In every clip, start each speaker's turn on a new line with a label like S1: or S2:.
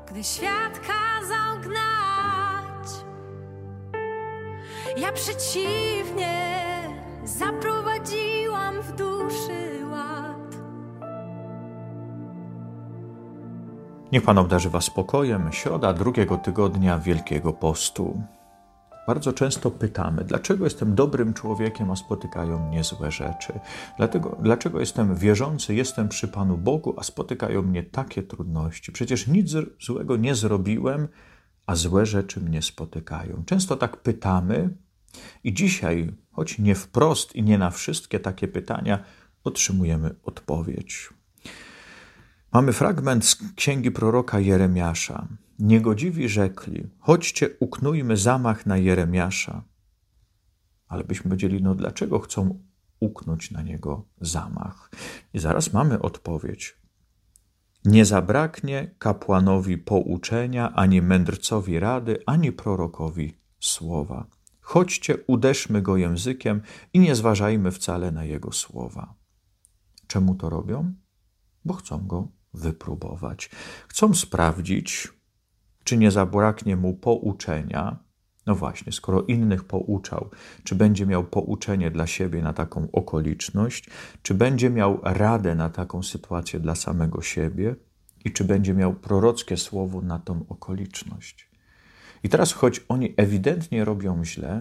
S1: gdy świat kazał gnać. Ja przeciwnie, zaprowadziłam w duszy ład.
S2: Niech Pan obdarzy Was spokojem. Środa drugiego tygodnia Wielkiego Postu. Bardzo często pytamy, dlaczego jestem dobrym człowiekiem, a spotykają mnie złe rzeczy? Dlaczego jestem wierzący, jestem przy Panu Bogu, a spotykają mnie takie trudności? Przecież nic złego nie zrobiłem, a złe rzeczy mnie spotykają. Często tak pytamy i dzisiaj, choć nie wprost i nie na wszystkie takie pytania, otrzymujemy odpowiedź. Mamy fragment z księgi proroka Jeremiasza. Niegodziwi rzekli, chodźcie, uknujmy zamach na Jeremiasza. Ale byśmy powiedzieli, dlaczego chcą uknąć na niego zamach? I zaraz mamy odpowiedź. Nie zabraknie kapłanowi pouczenia, ani mędrcowi rady, ani prorokowi słowa. Chodźcie, uderzmy go językiem i nie zważajmy wcale na jego słowa. Czemu to robią? Bo chcą go wypróbować. Chcą sprawdzić, czy nie zabraknie mu pouczenia. No właśnie, skoro innych pouczał, czy będzie miał pouczenie dla siebie na taką okoliczność, czy będzie miał radę na taką sytuację dla samego siebie i czy będzie miał prorockie słowo na tą okoliczność. I teraz, choć oni ewidentnie robią źle,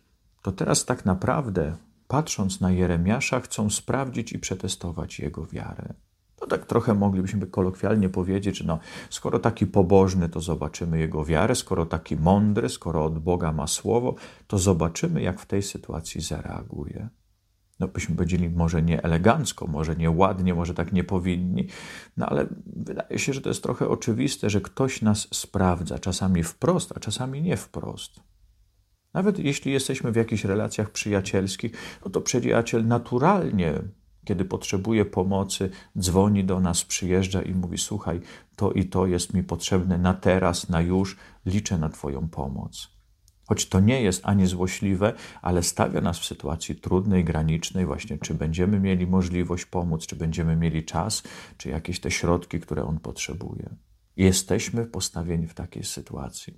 S2: to teraz tak naprawdę, patrząc na Jeremiasza, chcą sprawdzić i przetestować jego wiarę. No tak trochę moglibyśmy kolokwialnie powiedzieć, że skoro taki pobożny, to zobaczymy jego wiarę, skoro taki mądry, skoro od Boga ma słowo, to zobaczymy, jak w tej sytuacji zareaguje. Byśmy powiedzieli, może nie elegancko, może nie ładnie, może tak nie powinni, ale wydaje się, że to jest trochę oczywiste, że ktoś nas sprawdza, czasami wprost, a czasami nie wprost. Nawet jeśli jesteśmy w jakichś relacjach przyjacielskich, to przyjaciel naturalnie, kiedy potrzebuje pomocy, dzwoni do nas, przyjeżdża i mówi, słuchaj, to i to jest mi potrzebne na teraz, na już, liczę na Twoją pomoc. Choć to nie jest ani złośliwe, ale stawia nas w sytuacji trudnej, granicznej, właśnie czy będziemy mieli możliwość pomóc, czy będziemy mieli czas, czy jakieś te środki, które on potrzebuje. Jesteśmy postawieni w takiej sytuacji.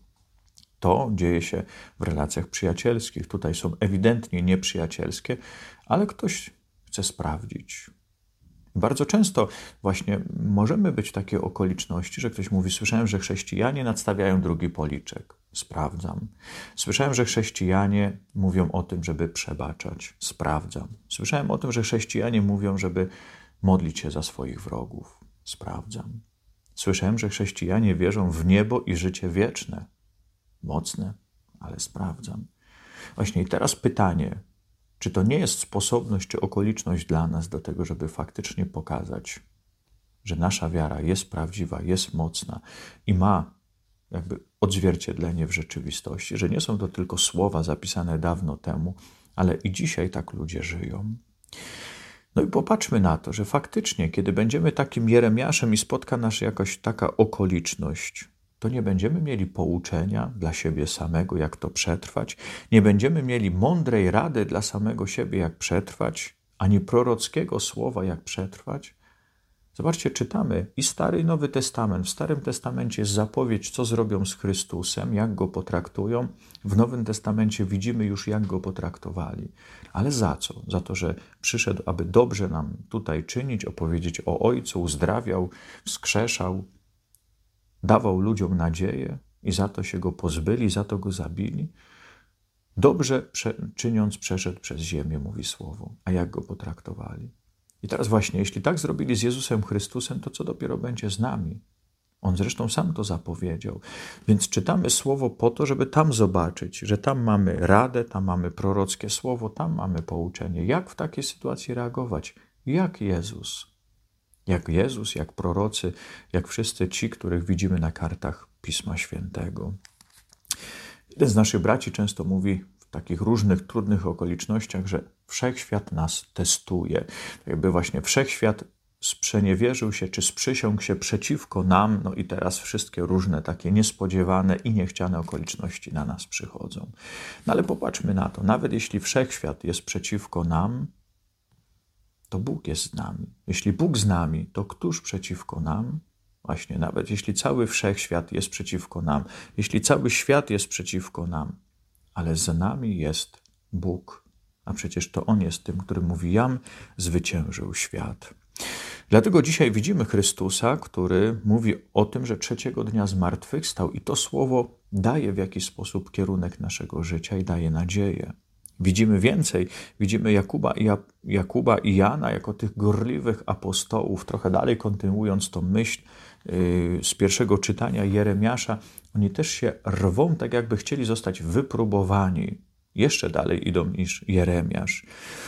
S2: To dzieje się w relacjach przyjacielskich. Tutaj są ewidentnie nieprzyjacielskie, ale ktoś chce sprawdzić. Bardzo często właśnie możemy być w takiej okoliczności, że ktoś mówi, słyszałem, że chrześcijanie nadstawiają drugi policzek. Sprawdzam. Słyszałem, że chrześcijanie mówią o tym, żeby przebaczać. Sprawdzam. Słyszałem o tym, że chrześcijanie mówią, żeby modlić się za swoich wrogów. Sprawdzam. Słyszałem, że chrześcijanie wierzą w niebo i życie wieczne. Mocne, ale sprawdzam. Właśnie i teraz pytanie, czy to nie jest sposobność czy okoliczność dla nas do tego, żeby faktycznie pokazać, że nasza wiara jest prawdziwa, jest mocna i ma jakby odzwierciedlenie w rzeczywistości, że nie są to tylko słowa zapisane dawno temu, ale i dzisiaj tak ludzie żyją. I popatrzmy na to, że faktycznie, kiedy będziemy takim Jeremiaszem i spotka nas jakaś taka okoliczność, to nie będziemy mieli pouczenia dla siebie samego, jak to przetrwać, nie będziemy mieli mądrej rady dla samego siebie, jak przetrwać, ani prorockiego słowa, jak przetrwać. Zobaczcie, czytamy i Stary i Nowy Testament. W Starym Testamencie jest zapowiedź, co zrobią z Chrystusem, jak go potraktują. W Nowym Testamencie widzimy już, jak go potraktowali. Ale za co? Za to, że przyszedł, aby dobrze nam tutaj czynić, opowiedzieć o Ojcu, uzdrawiał, wskrzeszał, dawał ludziom nadzieję i za to się go pozbyli, za to go zabili. Dobrze czyniąc przeszedł przez ziemię, mówi słowo. A jak go potraktowali? I teraz właśnie, jeśli tak zrobili z Jezusem Chrystusem, to co dopiero będzie z nami? On zresztą sam to zapowiedział. Więc czytamy słowo po to, żeby tam zobaczyć, że tam mamy radę, tam mamy prorockie słowo, tam mamy pouczenie. Jak w takiej sytuacji reagować? Jak Jezus, jak prorocy, jak wszyscy ci, których widzimy na kartach Pisma Świętego. Jeden z naszych braci często mówi w takich różnych, trudnych okolicznościach, że wszechświat nas testuje. Tak jakby właśnie wszechświat sprzeniewierzył się, czy sprzysiągł się przeciwko nam, i teraz wszystkie różne takie niespodziewane i niechciane okoliczności na nas przychodzą. Ale popatrzmy na to, nawet jeśli wszechświat jest przeciwko nam, to Bóg jest z nami. Jeśli Bóg z nami, to któż przeciwko nam? Właśnie, nawet jeśli cały wszechświat jest przeciwko nam, jeśli cały świat jest przeciwko nam, ale z nami jest Bóg. A przecież to On jest tym, który mówi, jam zwyciężył świat. Dlatego dzisiaj widzimy Chrystusa, który mówi o tym, że trzeciego dnia zmartwychwstał i to słowo daje w jakiś sposób kierunek naszego życia i daje nadzieję. Widzimy więcej, widzimy Jakuba i Jana jako tych gorliwych apostołów. Trochę dalej kontynuując tą myśl z pierwszego czytania Jeremiasza, oni też się rwą, tak jakby chcieli zostać wypróbowani. Jeszcze dalej idą niż Jeremiasz.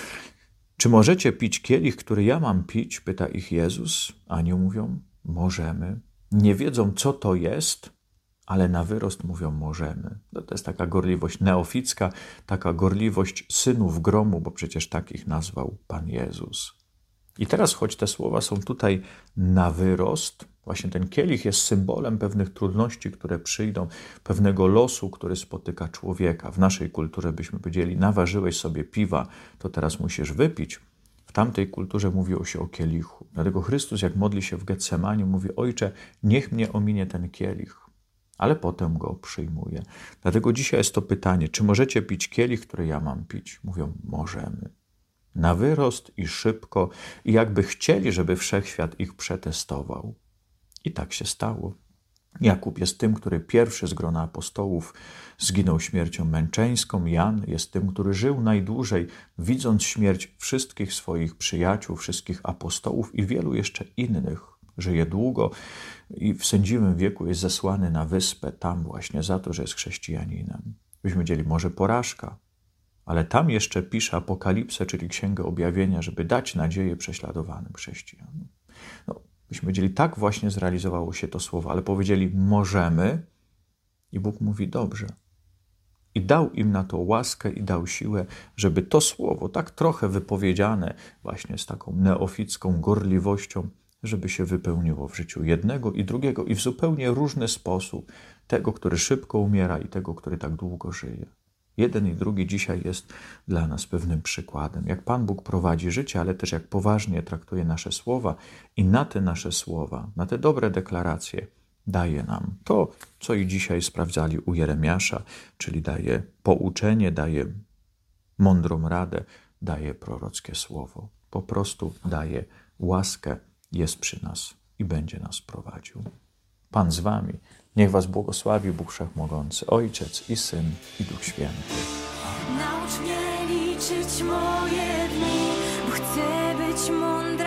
S2: Czy możecie pić kielich, który ja mam pić? Pyta ich Jezus. Ani mówią, możemy. Nie wiedzą, co to jest, ale na wyrost mówią, możemy. To jest taka gorliwość neoficka, taka gorliwość synów gromu, bo przecież tak ich nazwał Pan Jezus. I teraz, choć te słowa są tutaj na wyrost, właśnie ten kielich jest symbolem pewnych trudności, które przyjdą, pewnego losu, który spotyka człowieka. W naszej kulturze byśmy powiedzieli, naważyłeś sobie piwa, to teraz musisz wypić. W tamtej kulturze mówiło się o kielichu. Dlatego Chrystus, jak modli się w Getsemanie, mówi, Ojcze, niech mnie ominie ten kielich, ale potem go przyjmuje. Dlatego dzisiaj jest to pytanie, czy możecie pić kielich, który ja mam pić? Mówią, możemy. Na wyrost i szybko i jakby chcieli, żeby wszechświat ich przetestował. I tak się stało. Jakub jest tym, który pierwszy z grona apostołów zginął śmiercią męczeńską. Jan jest tym, który żył najdłużej, widząc śmierć wszystkich swoich przyjaciół, wszystkich apostołów i wielu jeszcze innych. Żyje długo i w sędziwym wieku jest zesłany na wyspę tam właśnie za to, że jest chrześcijaninem. Byśmy wiedzieli, może porażka, ale tam jeszcze pisze Apokalipsę, czyli Księgę Objawienia, żeby dać nadzieję prześladowanym chrześcijanom. Byśmy wiedzieli, tak właśnie zrealizowało się to słowo, ale powiedzieli, możemy i Bóg mówi, dobrze. I dał im na to łaskę i dał siłę, żeby to słowo, tak trochę wypowiedziane właśnie z taką neoficką gorliwością, żeby się wypełniło w życiu jednego i drugiego i w zupełnie różny sposób. Tego, który szybko umiera i tego, który tak długo żyje. Jeden i drugi dzisiaj jest dla nas pewnym przykładem, jak Pan Bóg prowadzi życie, ale też jak poważnie traktuje nasze słowa i na te nasze słowa, na te dobre deklaracje daje nam to, co i dzisiaj sprawdzali u Jeremiasza, czyli daje pouczenie, daje mądrą radę, daje prorockie słowo. Po prostu daje łaskę, jest przy nas i będzie nas prowadził. Pan z wami. Niech was błogosławi Bóg Wszechmogący, Ojciec i Syn i Duch Święty.
S1: Naucz mnie liczyć moje dni, bo chcę być mądry.